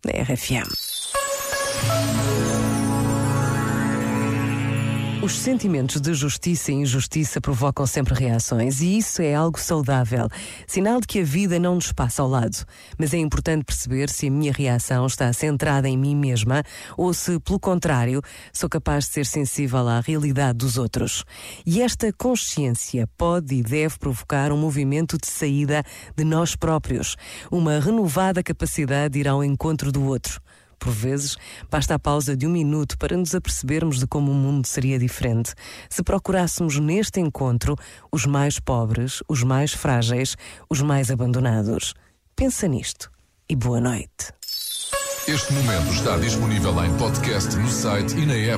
na RFM. Os sentimentos de justiça e injustiça provocam sempre reações e isso é algo saudável, sinal de que a vida não nos passa ao lado. Mas é importante perceber se a minha reação está centrada em mim mesma ou se, pelo contrário, sou capaz de ser sensível à realidade dos outros. E esta consciência pode e deve provocar um movimento de saída de nós próprios, uma renovada capacidade de ir ao encontro do outro. Por vezes, basta a pausa de 1 minuto para nos apercebermos de como o mundo seria diferente se procurássemos neste encontro os mais pobres, os mais frágeis, os mais abandonados. Pensa nisto e boa noite. Este momento está disponível em podcast no site e na app.